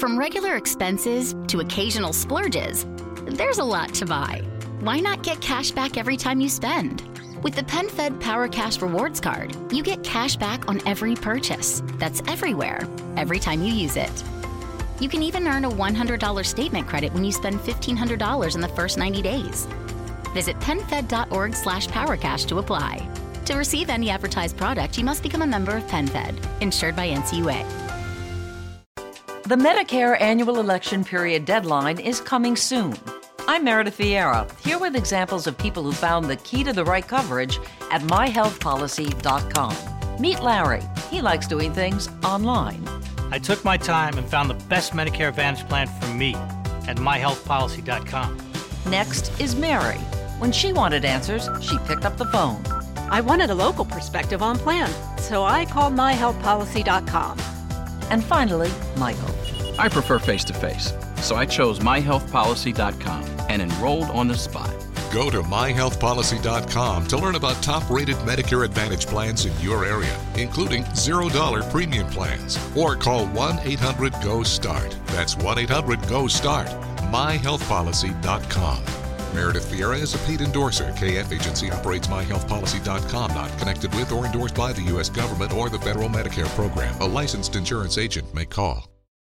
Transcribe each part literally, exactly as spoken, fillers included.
From regular expenses to occasional splurges, there's a lot to buy. Why not get cash back every time you spend? With the PenFed Power Cash Rewards Card, you get cash back on every purchase. That's everywhere, every time you use it. You can even earn a one hundred dollars statement credit when you spend fifteen hundred dollars in the first ninety days. Visit PenFed.org slash PowerCash to apply. To receive any advertised product, you must become a member of PenFed, insured by N C U A. The Medicare annual election period deadline is coming soon. I'm Meredith Vieira, here with examples of people who found the key to the right coverage at my health policy dot com. Meet Larry. He likes doing things online. I took my time and found the best Medicare Advantage plan for me at my health policy dot com. Next is Mary. When she wanted answers, she picked up the phone. I wanted a local perspective on plan, so I called my health policy dot com. And finally, Michael. I prefer face-to-face, so I chose my health policy dot com and enrolled on the spot. Go to my health policy dot com to learn about top-rated Medicare Advantage plans in your area, including zero dollar premium plans. Or call one eight hundred G O START. That's one eight hundred G O START. my health policy dot com. Meredith Vieira is a paid endorser. K F Agency operates my health policy dot com, not connected with or endorsed by the U S government or the federal Medicare program. A licensed insurance agent may call.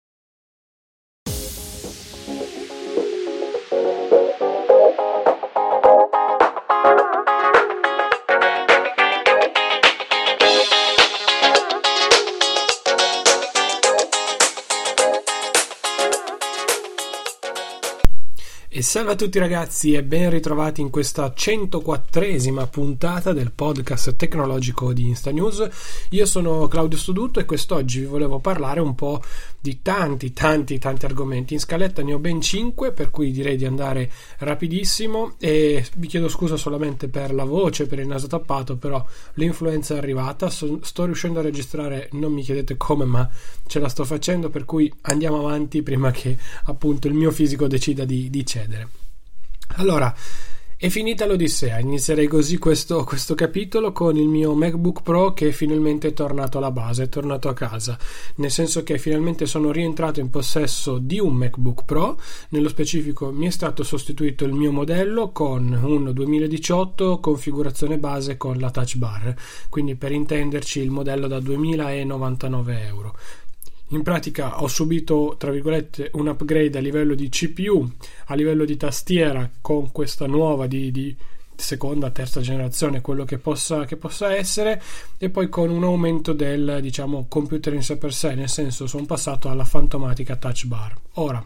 E salve a tutti ragazzi e ben ritrovati in questa centoquattresima puntata del podcast tecnologico di Instanews. Io sono Claudio Stodutto e quest'oggi vi volevo parlare un po' di tanti tanti tanti argomenti. In scaletta ne ho ben cinque, per cui direi di andare rapidissimo e vi chiedo scusa solamente per la voce, per il naso tappato, però l'influenza è arrivata, sto riuscendo a registrare, non mi chiedete come, ma ce la sto facendo, per cui andiamo avanti prima che appunto il mio fisico decida di, di cedere. Allora, è finita l'Odissea. Inizierei così questo, questo capitolo con il mio MacBook Pro che finalmente è tornato alla base, è tornato a casa, nel senso che finalmente sono rientrato in possesso di un MacBook Pro. Nello specifico mi è stato sostituito il mio modello con un duemiladiciotto configurazione base con la touch bar, quindi per intenderci il modello da duemilanovantanove euro. In pratica ho subito, tra virgolette, un upgrade a livello di C P U, a livello di tastiera con questa nuova di, di seconda, terza generazione, quello che possa, che possa essere, e poi con un aumento del, diciamo, computer in sé per sé, nel senso sono passato alla fantomatica touch bar. Ora,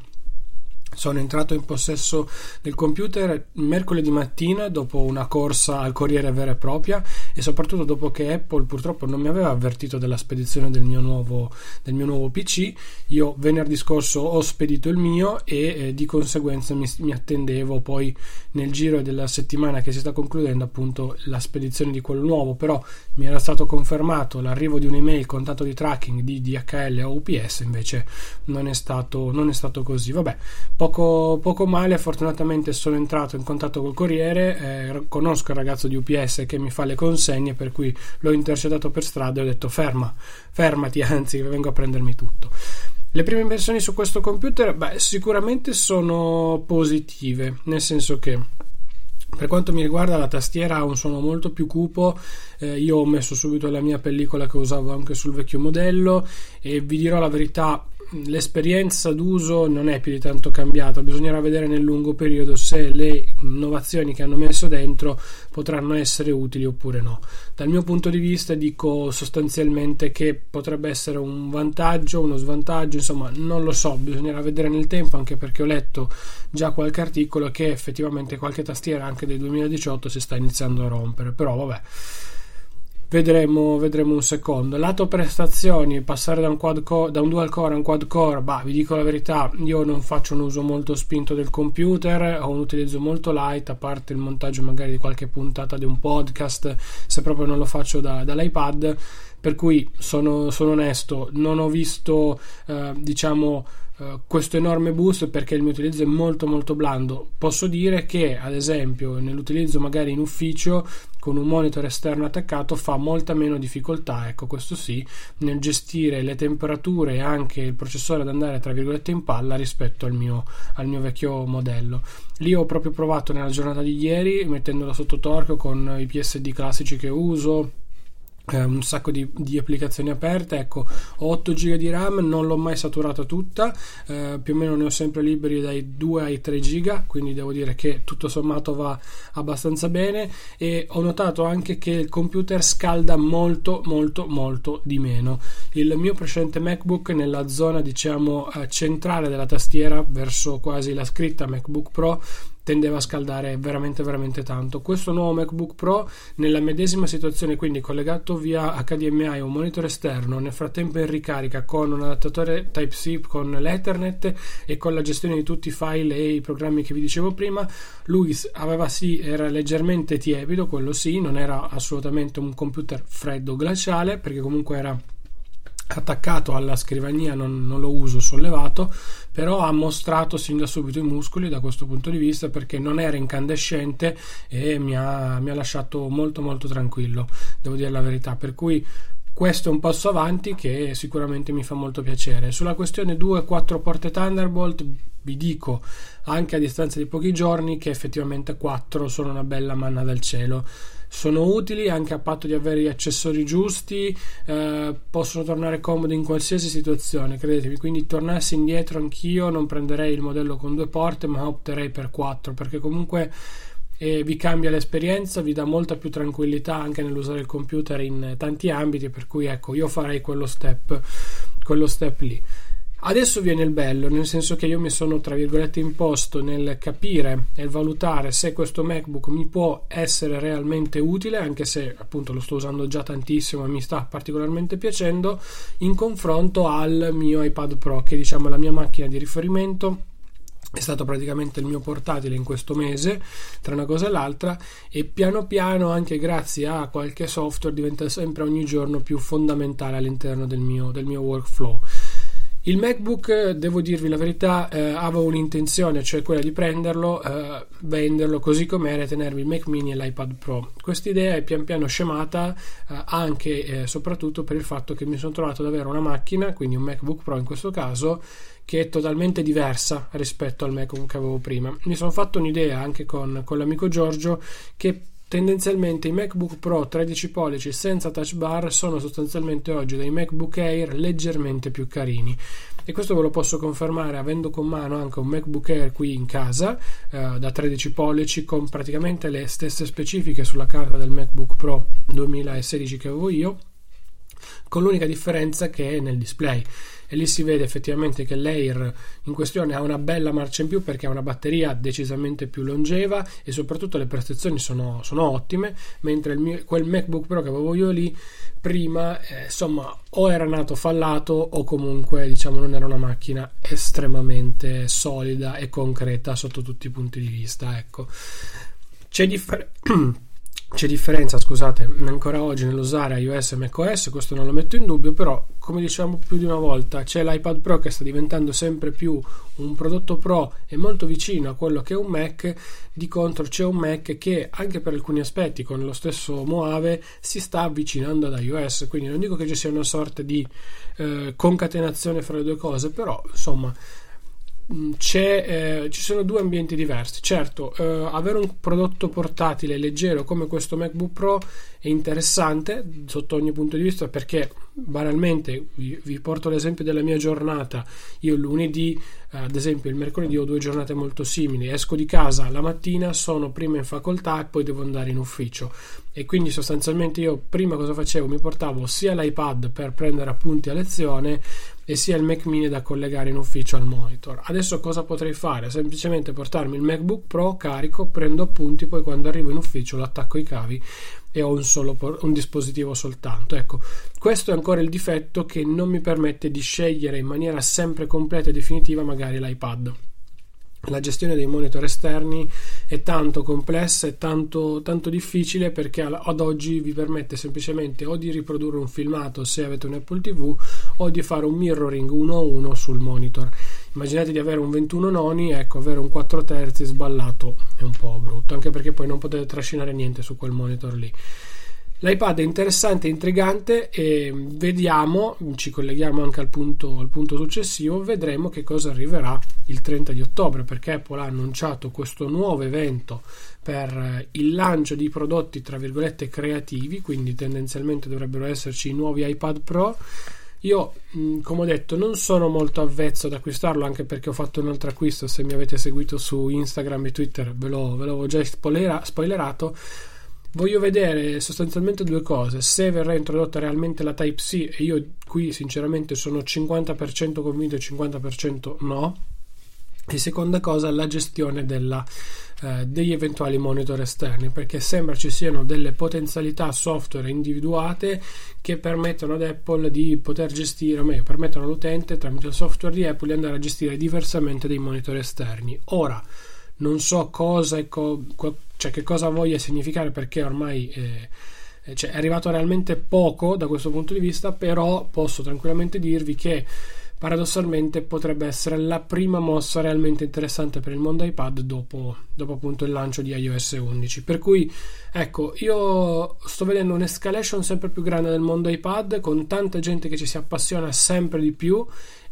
sono entrato in possesso del computer mercoledì mattina dopo una corsa al corriere vera e propria, e soprattutto dopo che Apple purtroppo non mi aveva avvertito della spedizione del mio nuovo, del mio nuovo P C. Io venerdì scorso ho spedito il mio e eh, di conseguenza mi, mi attendevo poi nel giro della settimana che si sta concludendo appunto la spedizione di quello nuovo, però mi era stato confermato l'arrivo di un'email con tanto di tracking di D H L o U P S, invece non è stato, non è stato così. Vabbè, Poco, poco male, fortunatamente sono entrato in contatto col corriere, eh, conosco il ragazzo di U P S che mi fa le consegne, per cui l'ho intercettato per strada e ho detto ferma, fermati, anzi vengo a prendermi tutto. Le prime impressioni su questo computer, beh, sicuramente sono positive, nel senso che per quanto mi riguarda la tastiera ha un suono molto più cupo. eh, io ho messo subito la mia pellicola che usavo anche sul vecchio modello e vi dirò la verità, l'esperienza d'uso non è più di tanto cambiata. Bisognerà vedere nel lungo periodo se le innovazioni che hanno messo dentro potranno essere utili oppure no. Dal mio punto di vista dico sostanzialmente che potrebbe essere un vantaggio, uno svantaggio, insomma non lo so, bisognerà vedere nel tempo, anche perché ho letto già qualche articolo che effettivamente qualche tastiera anche del duemiladiciotto si sta iniziando a rompere, però vabbè, Vedremo, vedremo un secondo. Lato prestazioni, passare da un, quad core, da un dual core a un quad core, bah, vi dico la verità, io non faccio un uso molto spinto del computer, ho un utilizzo molto light, a parte il montaggio magari di qualche puntata di un podcast, se proprio non lo faccio da, dall'iPad, per cui sono, sono onesto, non ho visto eh, diciamo questo enorme boost perché il mio utilizzo è molto molto blando. Posso dire che ad esempio nell'utilizzo magari in ufficio con un monitor esterno attaccato fa molta meno difficoltà, ecco, questo sì, nel gestire le temperature e anche il processore ad andare tra virgolette in palla rispetto al mio, al mio vecchio modello. Lì ho proprio provato nella giornata di ieri mettendolo sotto torque con i P S D classici che uso, un sacco di, di applicazioni aperte. Ecco, ho otto giga di RAM, non l'ho mai saturata tutta, eh, più o meno ne ho sempre liberi dai due ai tre giga, quindi devo dire che tutto sommato va abbastanza bene, e ho notato anche che il computer scalda molto molto molto di meno. Il mio precedente MacBook nella zona diciamo eh, centrale della tastiera, verso quasi la scritta MacBook Pro, tendeva a scaldare veramente veramente tanto. Questo nuovo MacBook Pro nella medesima situazione, quindi collegato via H D M I a un monitor esterno, nel frattempo in ricarica con un adattatore Type-C con l'Ethernet e con la gestione di tutti i file e i programmi che vi dicevo prima, lui aveva sì, era leggermente tiepido, quello sì, non era assolutamente un computer freddo glaciale, perché comunque era attaccato alla scrivania, non, non lo uso sollevato, però ha mostrato sin da subito i muscoli da questo punto di vista, perché non era incandescente e mi ha, mi ha lasciato molto molto tranquillo, devo dire la verità, per cui questo è un passo avanti che sicuramente mi fa molto piacere. Sulla questione due e quattro porte Thunderbolt vi dico anche a distanza di pochi giorni che effettivamente quattro sono una bella manna dal cielo. Sono utili anche a patto di avere gli accessori giusti, eh, possono tornare comodi in qualsiasi situazione, credetemi, quindi tornassi indietro anch'io non prenderei il modello con due porte, ma opterei per quattro, perché comunque eh, vi cambia l'esperienza, vi dà molta più tranquillità anche nell'usare il computer in tanti ambiti, per cui ecco, io farei quello step, quello step lì. Adesso viene il bello, nel senso che io mi sono tra virgolette imposto nel capire e valutare se questo MacBook mi può essere realmente utile, anche se appunto lo sto usando già tantissimo e mi sta particolarmente piacendo, in confronto al mio iPad Pro, che diciamo è la mia macchina di riferimento. È stato praticamente il mio portatile in questo mese, tra una cosa e l'altra, e piano piano, anche grazie a qualche software, diventa sempre ogni giorno più fondamentale all'interno del mio, del mio workflow. Il MacBook, devo dirvi la verità, eh, avevo un'intenzione, cioè quella di prenderlo, eh, venderlo così com'era e tenermi il Mac Mini e l'iPad Pro. Questa idea è pian piano scemata, eh, anche e eh, soprattutto per il fatto che mi sono trovato ad avere una macchina, quindi un MacBook Pro in questo caso, che è totalmente diversa rispetto al MacBook che avevo prima. Mi sono fatto un'idea anche con, con l'amico Giorgio che tendenzialmente i MacBook Pro tredici pollici senza touch bar sono sostanzialmente oggi dei MacBook Air leggermente più carini, e questo ve lo posso confermare avendo con mano anche un MacBook Air qui in casa eh, da tredici pollici con praticamente le stesse specifiche sulla carta del MacBook Pro duemilasedici che avevo io, con l'unica differenza che è nel display. E lì si vede effettivamente che l'Air in questione ha una bella marcia in più, perché ha una batteria decisamente più longeva e soprattutto le prestazioni sono, sono ottime, mentre il mio, quel MacBook Pro che avevo io lì prima eh, insomma o era nato fallato o comunque diciamo non era una macchina estremamente solida e concreta sotto tutti i punti di vista. Ecco, c'è differenza C'è differenza, scusate, ancora oggi nell'usare iOS e macOS, questo non lo metto in dubbio, però come diciamo più di una volta c'è l'iPad Pro che sta diventando sempre più un prodotto pro e molto vicino a quello che è un Mac, di contro c'è un Mac che anche per alcuni aspetti con lo stesso Mojave si sta avvicinando ad iOS, quindi non dico che ci sia una sorta di eh, concatenazione fra le due cose, però insomma C'è, eh, ci sono due ambienti diversi. Certo, eh, avere un prodotto portatile leggero come questo MacBook Pro è interessante sotto ogni punto di vista, perché banalmente vi, vi porto l'esempio della mia giornata. Io il lunedì, eh, ad esempio il mercoledì ho due giornate molto simili, esco di casa la mattina, sono prima in facoltà e poi devo andare in ufficio, e quindi sostanzialmente io prima cosa facevo? Mi portavo sia l'iPad per prendere appunti a lezione e sia il Mac Mini da collegare in ufficio al monitor. Adesso cosa potrei fare? Semplicemente portarmi il MacBook Pro, carico, prendo appunti, poi quando arrivo in ufficio lo attacco ai cavi e ho un solo un dispositivo soltanto. Ecco, questo è ancora il difetto che non mi permette di scegliere in maniera sempre completa e definitiva magari l'iPad. la gestione dei monitor esterni è tanto complessa e tanto, tanto difficile, perché ad oggi vi permette semplicemente o di riprodurre un filmato se avete un Apple tivù o di fare un mirroring uno a uno sul monitor. Immaginate di avere un ventuno noni, ecco, avere un quattro terzi sballato è un po' brutto, anche perché poi non potete trascinare niente su quel monitor lì. L'iPad è interessante e intrigante e vediamo, ci colleghiamo anche al punto, al punto successivo, vedremo che cosa arriverà il trenta di ottobre, perché Apple ha annunciato questo nuovo evento per il lancio di prodotti tra virgolette creativi, quindi tendenzialmente dovrebbero esserci i nuovi iPad Pro. Io, come ho detto, non sono molto avvezzo ad acquistarlo, anche perché ho fatto un altro acquisto. Se mi avete seguito su Instagram e Twitter ve, lo, ve l'avevo già spoilera, spoilerato. Voglio vedere sostanzialmente due cose: se verrà introdotta realmente la Type-C, e io qui sinceramente sono cinquanta per cento convinto e cinquanta per cento no. E seconda cosa, la gestione della, eh, degli eventuali monitor esterni, perché sembra ci siano delle potenzialità software individuate che permettono ad Apple di poter gestire, o meglio, permettono all'utente tramite il software di Apple di andare a gestire diversamente dei monitor esterni. Ora, non so cosa e co- cioè che cosa voglia significare, perché ormai eh, cioè è arrivato realmente poco da questo punto di vista, però posso tranquillamente dirvi che paradossalmente potrebbe essere la prima mossa realmente interessante per il mondo iPad dopo, dopo appunto il lancio di iOS undici. Per cui ecco, io sto vedendo un'escalation sempre più grande del mondo iPad, con tanta gente che ci si appassiona sempre di più,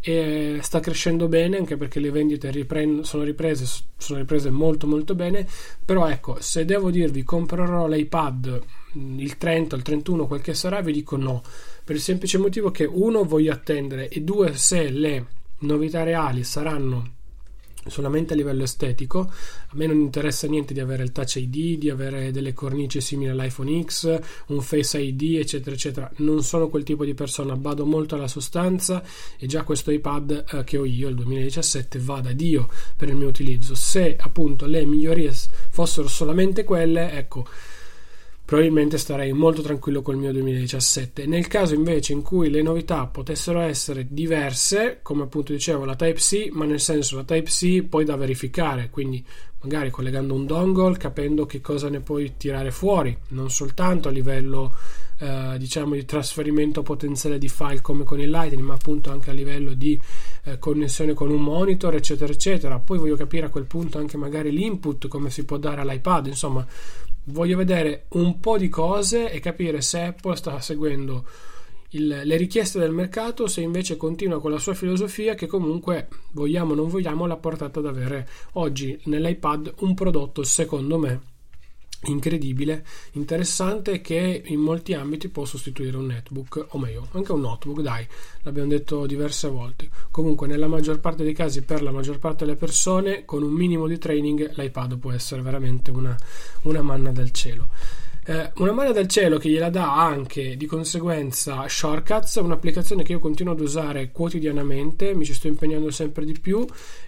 e sta crescendo bene, anche perché le vendite riprend- sono riprese sono riprese molto molto bene. Però ecco, se devo dirvi comprerò l'iPad il trenta, il trentuno, quel che sarà, vi dico no, per il semplice motivo che uno, voglio attendere, e due, se le novità reali saranno solamente a livello estetico, a me non interessa niente di avere il Touch I D, di avere delle cornici simili all'iPhone X, un Face I D, eccetera eccetera. Non sono quel tipo di persona, bado molto alla sostanza, e già questo iPad eh, che ho io, il duemiladiciassette, va da Dio per il mio utilizzo. Se appunto le migliorie fossero solamente quelle, ecco, probabilmente starei molto tranquillo col mio duemiladiciassette. Nel caso invece in cui le novità potessero essere diverse, come appunto dicevo la Type-C, ma nel senso la Type-C poi da verificare, quindi magari collegando un dongle, capendo che cosa ne puoi tirare fuori, non soltanto a livello eh, diciamo di trasferimento potenziale di file come con il Lightning, ma appunto anche a livello di eh, connessione con un monitor, eccetera eccetera. Poi voglio capire a quel punto anche magari l'input, come si può dare all'iPad. Insomma, voglio vedere un po' di cose e capire se Apple sta seguendo il, le richieste del mercato, se invece continua con la sua filosofia, che comunque, vogliamo o non vogliamo, l'ha portata ad avere oggi nell'iPad un prodotto, secondo me, incredibile, interessante, che in molti ambiti può sostituire un netbook, o meglio anche un notebook, dai, l'abbiamo detto diverse volte. Comunque nella maggior parte dei casi, per la maggior parte delle persone, con un minimo di training l'iPad può essere veramente una, una manna del cielo. Eh, una mano del cielo che gliela dà anche di conseguenza Shortcuts, un'applicazione che io continuo ad usare quotidianamente, mi ci sto impegnando sempre di più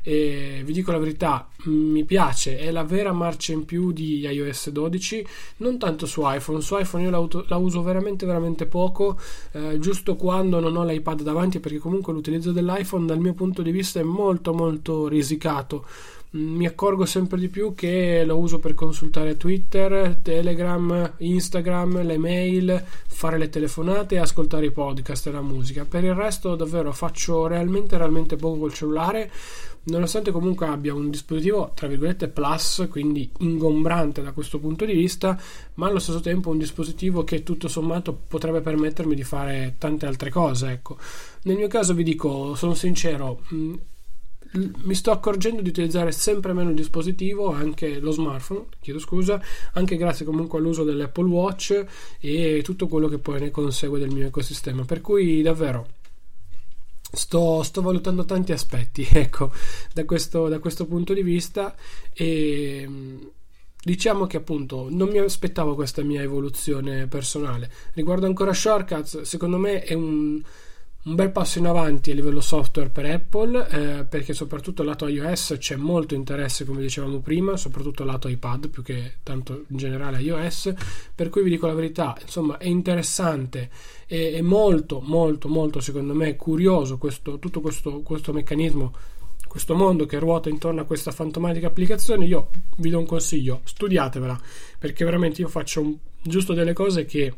e vi dico la verità, mi piace, è la vera marcia in più di iOS dodici, non tanto su iPhone. Su iPhone io la, auto, la uso veramente veramente poco, eh, giusto quando non ho l'iPad davanti, perché comunque l'utilizzo dell'iPhone dal mio punto di vista è molto molto risicato. Mi accorgo sempre di più che lo uso per consultare Twitter, Telegram, Instagram, le mail, fare le telefonate e ascoltare i podcast e la musica. Per il resto davvero faccio realmente realmente poco col cellulare, nonostante comunque abbia un dispositivo tra virgolette plus, quindi ingombrante da questo punto di vista, ma allo stesso tempo un dispositivo che tutto sommato potrebbe permettermi di fare tante altre cose. Ecco, nel mio caso vi dico, sono sincero, mh, mi sto accorgendo di utilizzare sempre meno il dispositivo, anche lo smartphone, chiedo scusa, anche grazie comunque all'uso dell'Apple Watch e tutto quello che poi ne consegue del mio ecosistema, per cui davvero sto, sto valutando tanti aspetti, ecco, da questo, da questo punto di vista. E diciamo che appunto non mi aspettavo questa mia evoluzione personale. Riguardo ancora Shortcuts, secondo me è un un bel passo in avanti a livello software per Apple, eh, perché soprattutto lato iOS c'è molto interesse, come dicevamo prima, soprattutto lato iPad più che tanto in generale iOS, per cui vi dico la verità, insomma è interessante e è molto molto molto secondo me curioso questo, tutto questo, questo meccanismo, questo mondo che ruota intorno a questa fantomatica applicazione, io vi do un consiglio: studiatevela, perché veramente io faccio un, giusto delle cose che,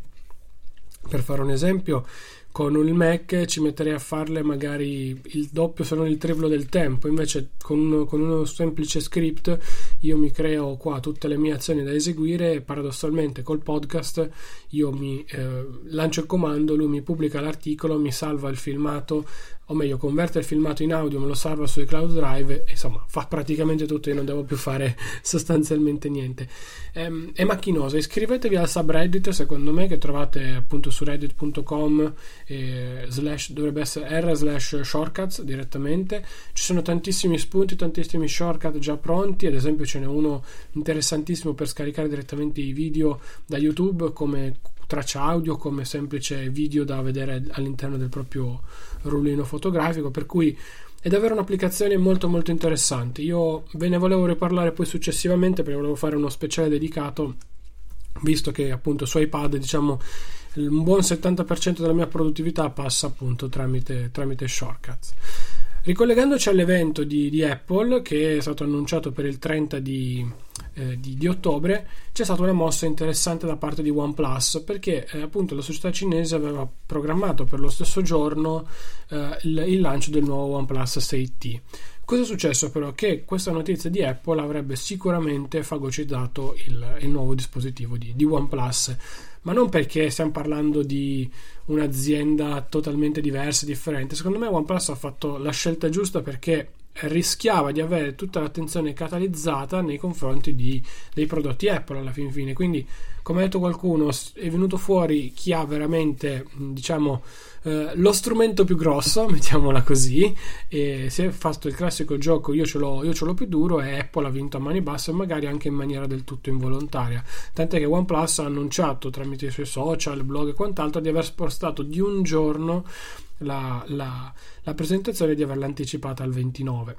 per fare un esempio, con il Mac ci metterei a farle magari il doppio se non il triplo del tempo. Invece con uno, con uno semplice script io mi creo qua tutte le mie azioni da eseguire e paradossalmente col podcast io mi eh, lancio il comando, lui mi pubblica l'articolo, mi salva il filmato, o meglio converte il filmato in audio, me lo salva su iCloud Drive, e insomma fa praticamente tutto, io non devo più fare sostanzialmente niente. Ehm, è macchinosa. Iscrivetevi al subreddit, secondo me, che trovate appunto su reddit punto com eh, slash, dovrebbe essere r slash shortcuts direttamente. Ci sono tantissimi spunti, tantissimi shortcut già pronti. Ad esempio ce n'è uno interessantissimo per scaricare direttamente i video da YouTube come traccia audio, come semplice video da vedere all'interno del proprio rullino fotografico, per cui è davvero un'applicazione molto molto interessante. Io ve ne volevo riparlare poi successivamente, perché volevo fare uno speciale dedicato, visto che appunto su iPad, diciamo, un buon settanta per cento della mia produttività passa appunto tramite, tramite shortcuts. Ricollegandoci all'evento di, di Apple, che è stato annunciato per il trenta di, eh, di, di ottobre, c'è stata una mossa interessante da parte di OnePlus, perché eh, appunto la società cinese aveva programmato per lo stesso giorno eh, il, il lancio del nuovo OnePlus sei T. Cosa è successo però? Che questa notizia di Apple avrebbe sicuramente fagocitato il, il nuovo dispositivo di, di OnePlus, ma non perché stiamo parlando di un'azienda totalmente diversa, differente. Secondo me OnePlus ha fatto la scelta giusta, perché rischiava di avere tutta l'attenzione catalizzata nei confronti di, dei prodotti Apple alla fin fine. Quindi, come ha detto qualcuno, è venuto fuori chi ha veramente, diciamo, eh, lo strumento più grosso, mettiamola così, e si è fatto il classico gioco io ce l'ho, io ce l'ho più duro, e Apple ha vinto a mani basse, e magari anche in maniera del tutto involontaria, tant'è che OnePlus ha annunciato tramite i suoi social, blog e quant'altro di aver spostato di un giorno la, la, la presentazione, di averla anticipata al ventinove.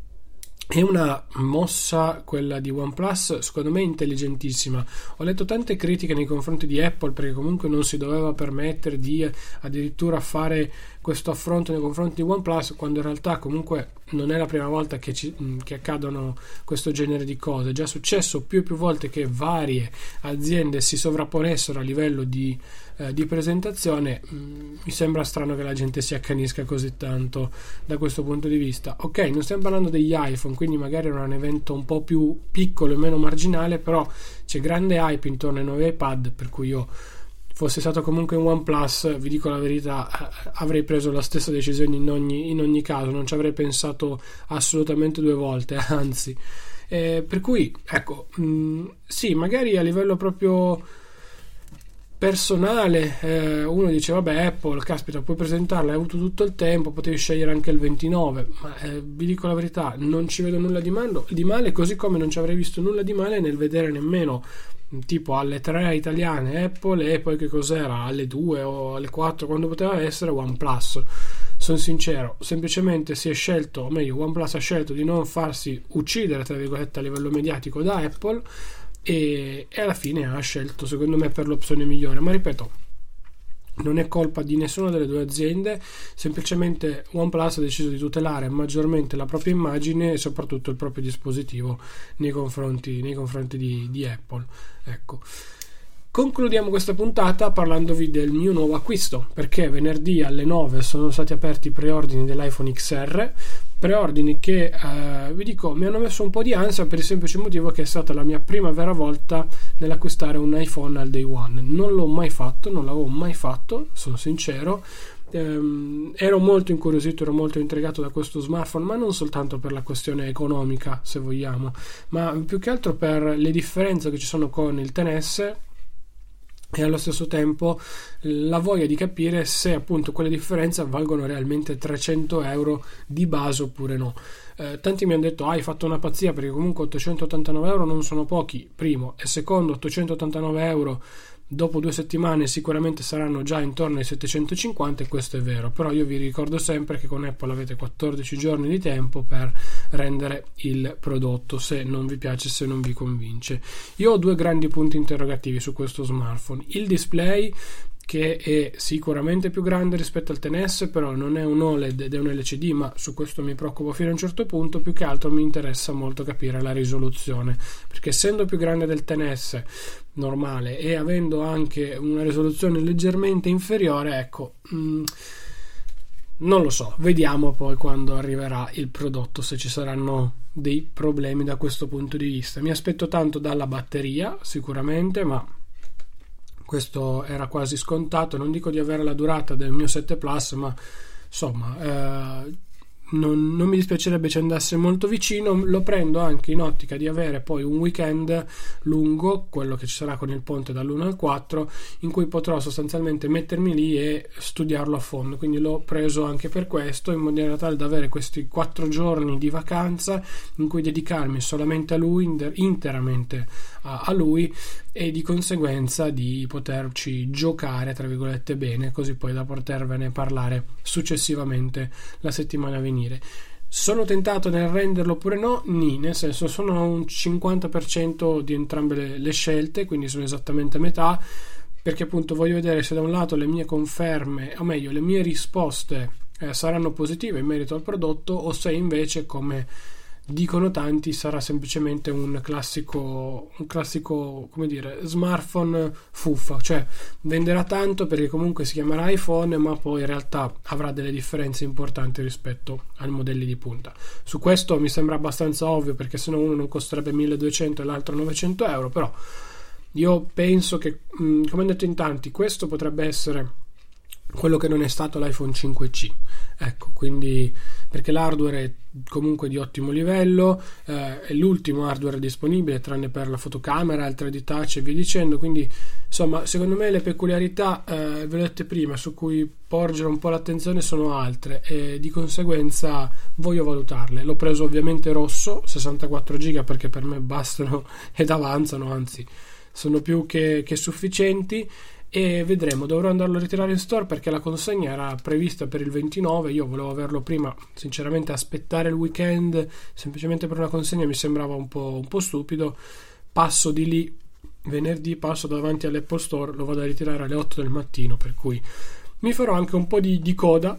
È una mossa, quella di OnePlus, secondo me intelligentissima. Ho letto tante critiche nei confronti di Apple, perché comunque non si doveva permettere di addirittura fare questo affronto nei confronti di OnePlus, quando in realtà comunque non è la prima volta che, ci, che accadono questo genere di cose. È già successo più e più volte che varie aziende si sovrapponessero a livello di, eh, di presentazione. Mm, mi sembra strano che la gente si accanisca così tanto da questo punto di vista. Ok, non stiamo parlando degli iPhone, quindi magari era un evento un po' più piccolo e meno marginale, però c'è grande hype intorno ai nuovi iPad, per cui io, fosse stato comunque in OnePlus, vi dico la verità, avrei preso la stessa decisione in ogni, in ogni caso, non ci avrei pensato assolutamente due volte, anzi. Eh, per cui, ecco, mh, sì, magari a livello proprio personale, eh, uno dice vabbè, Apple, caspita, puoi presentarla, hai avuto tutto il tempo, potevi scegliere anche il ventinove, ma eh, vi dico la verità, non ci vedo nulla di, mando, di male, così come non ci avrei visto nulla di male nel vedere nemmeno tipo alle tre italiane Apple, e poi che cos'era, alle due o alle quattro, quando poteva essere OnePlus. Sono sincero, semplicemente si è scelto, o meglio OnePlus ha scelto di non farsi uccidere, tra virgolette, a livello mediatico da Apple, e, e alla fine ha scelto, secondo me, per l'opzione migliore. Ma ripeto, non è colpa di nessuna delle due aziende, semplicemente OnePlus ha deciso di tutelare maggiormente la propria immagine e soprattutto il proprio dispositivo nei confronti, nei confronti di, di Apple. Ecco. Concludiamo questa puntata parlandovi del mio nuovo acquisto, perché venerdì alle nove sono stati aperti i preordini dell'iPhone X R, preordini che eh, vi dico mi hanno messo un po' di ansia, per il semplice motivo che è stata la mia prima vera volta nell'acquistare un iPhone al day one. Non l'ho mai fatto, non l'avevo mai fatto, sono sincero. ehm, ero molto incuriosito, ero molto intrigato da questo smartphone, ma non soltanto per la questione economica, se vogliamo, ma più che altro per le differenze che ci sono con il X N S, e allo stesso tempo la voglia di capire se appunto quelle differenze valgono realmente trecento euro di base oppure no. Eh, tanti mi hanno detto ah, hai fatto una pazzia, perché comunque ottocentottantanove euro non sono pochi, primo, e secondo, ottocentottantanove euro dopo due settimane sicuramente saranno già intorno ai settecentocinquanta, e questo è vero, però io vi ricordo sempre che con Apple avete quattordici giorni di tempo per rendere il prodotto, se non vi piace, se non vi convince. Io ho due grandi punti interrogativi su questo smartphone: il display, che è sicuramente più grande rispetto al X N S, però non è un O L E D ed è un L C D, ma su questo mi preoccupo fino a un certo punto. Più che altro mi interessa molto capire la risoluzione, perché essendo più grande del X N S normale e avendo anche una risoluzione leggermente inferiore, ecco, mh, non lo so, vediamo poi quando arriverà il prodotto se ci saranno dei problemi da questo punto di vista. Mi aspetto tanto dalla batteria sicuramente, ma questo era quasi scontato. Non dico di avere la durata del mio sette Plus, ma insomma eh, non, non mi dispiacerebbe ci andasse molto vicino. Lo prendo anche in ottica di avere poi un weekend lungo, quello che ci sarà con il ponte dall'uno al quattro, in cui potrò sostanzialmente mettermi lì e studiarlo a fondo. Quindi l'ho preso anche per questo, in maniera tale da avere questi quattro giorni di vacanza in cui dedicarmi solamente a lui, interamente a, a lui, e di conseguenza di poterci giocare tra virgolette bene, così poi da potervene parlare successivamente la settimana a venire. Sono tentato nel renderlo oppure no? Ni, nel senso, sono a un cinquanta per cento di entrambe le, le scelte, quindi sono esattamente a metà, perché appunto voglio vedere se da un lato le mie conferme, o meglio le mie risposte eh, saranno positive in merito al prodotto, o se invece, come dicono tanti, sarà semplicemente un classico un classico come dire smartphone fuffa, cioè venderà tanto perché comunque si chiamerà iPhone, ma poi in realtà avrà delle differenze importanti rispetto ai modelli di punta. Su questo mi sembra abbastanza ovvio, perché se no uno non costerebbe milleduecento e l'altro novecento euro, però io penso che, mh, come hanno detto in tanti, questo potrebbe essere quello che non è stato l'iPhone cinque C, ecco, quindi perché l'hardware è comunque di ottimo livello, eh, è l'ultimo hardware disponibile tranne per la fotocamera, il tre D touch e via dicendo, quindi insomma secondo me le peculiarità, eh, ve l'ho dette prima, su cui porgere un po' l'attenzione sono altre, e di conseguenza voglio valutarle. L'ho preso ovviamente rosso, sessantaquattro giga, perché per me bastano ed avanzano, anzi sono più che, che sufficienti, e vedremo. Dovrò andarlo a ritirare in store perché la consegna era prevista per il ventinove. Io volevo averlo prima, sinceramente aspettare il weekend semplicemente per una consegna mi sembrava un po', un po' stupido. Passo di lì venerdì, passo davanti all'Apple Store, lo vado a ritirare alle otto del mattino, per cui mi farò anche un po' di, di coda,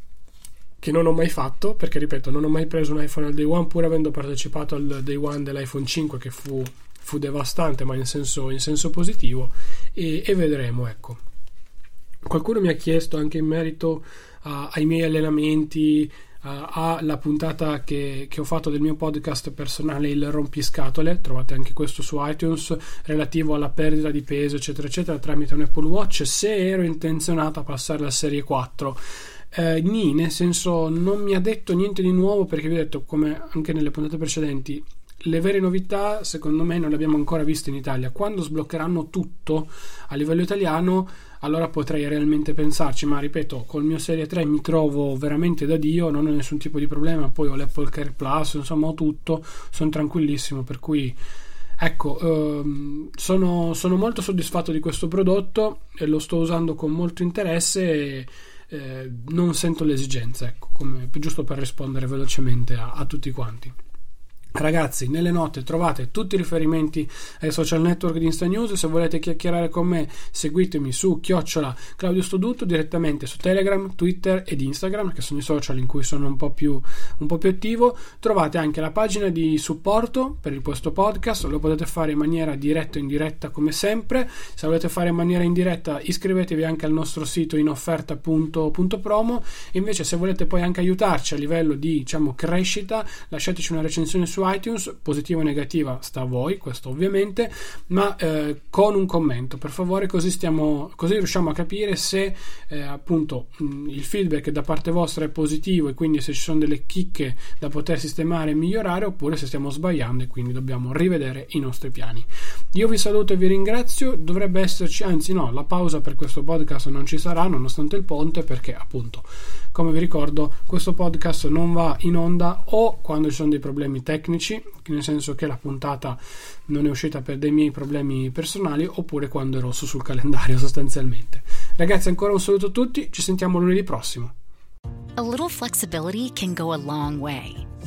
che non ho mai fatto, perché ripeto, non ho mai preso un iPhone al day one, pur avendo partecipato al day one dell'iPhone cinque, che fu fu devastante, ma in senso, in senso positivo, e, e vedremo, ecco. Qualcuno mi ha chiesto anche in merito a, ai miei allenamenti, alla puntata che, che ho fatto del mio podcast personale, il rompiscatole, trovate anche questo su iTunes, relativo alla perdita di peso eccetera eccetera tramite un Apple Watch, se ero intenzionato a passare alla serie quattro. Eh, nì, nel senso, non mi ha detto niente di nuovo, perché vi ho detto, come anche nelle puntate precedenti, le vere novità secondo me non le abbiamo ancora viste in Italia. Quando sbloccheranno tutto a livello italiano, allora potrei realmente pensarci, ma ripeto, col mio Serie tre mi trovo veramente da Dio, non ho nessun tipo di problema, poi ho l'Apple Care Plus, insomma ho tutto, sono tranquillissimo, per cui ecco, ehm, sono, sono molto soddisfatto di questo prodotto e lo sto usando con molto interesse, e eh, non sento l'esigenza, ecco, come, giusto per rispondere velocemente a, a tutti quanti. Ragazzi, nelle note trovate tutti i riferimenti ai social network di Instanews. Se volete chiacchierare con me, seguitemi su chiocciola Claudio Stodutto, direttamente su Telegram, Twitter ed Instagram, che sono i social in cui sono un po' più un po' più attivo. Trovate anche la pagina di supporto per il questo podcast, lo potete fare in maniera diretta o indiretta come sempre. Se volete fare in maniera indiretta, iscrivetevi anche al nostro sito in offerta punto promo. Invece, se volete poi anche aiutarci a livello di, diciamo, crescita, lasciateci una recensione su iTunes, positiva o negativa sta a voi, questo ovviamente, ma eh, con un commento per favore, così stiamo così riusciamo a capire se eh, appunto mh, il feedback da parte vostra è positivo, e quindi se ci sono delle chicche da poter sistemare e migliorare, oppure se stiamo sbagliando e quindi dobbiamo rivedere i nostri piani. Io vi saluto e vi ringrazio. Dovrebbe esserci, anzi no, la pausa per questo podcast non ci sarà nonostante il ponte, perché appunto, come vi ricordo, questo podcast non va in onda o quando ci sono dei problemi tecnici, nel senso che la puntata non è uscita per dei miei problemi personali, oppure quando è rosso sul calendario sostanzialmente. Ragazzi, ancora un saluto a tutti, ci sentiamo lunedì prossimo. A little flexibility can go a long way.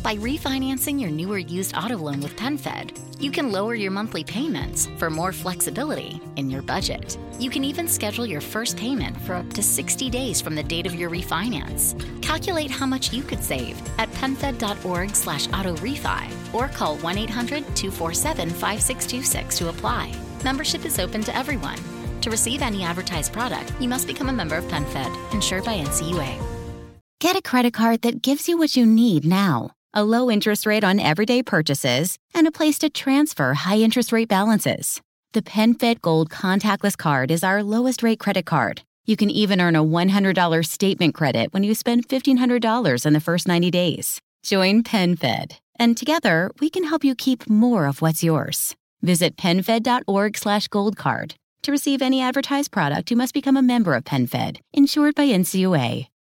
By refinancing your newer used auto loan with PenFed, you can lower your monthly payments for more flexibility in your budget. You can even schedule your first payment for up to sixty days from the date of your refinance. Calculate how much you could save at PenFed.org slash auto refi or call one eight hundred two four seven five six two six to apply. Membership is open to everyone. To receive any advertised product, you must become a member of PenFed, insured by N C U A. Get a credit card that gives you what you need now. A low interest rate on everyday purchases, and a place to transfer high interest rate balances. The PenFed Gold Contactless Card is our lowest rate credit card. You can even earn a one hundred dollars statement credit when you spend fifteen hundred dollars in the first ninety days. Join PenFed, and together we can help you keep more of what's yours. Visit PenFed.org slash gold card. To receive any advertised product, you must become a member of PenFed, insured by N C U A.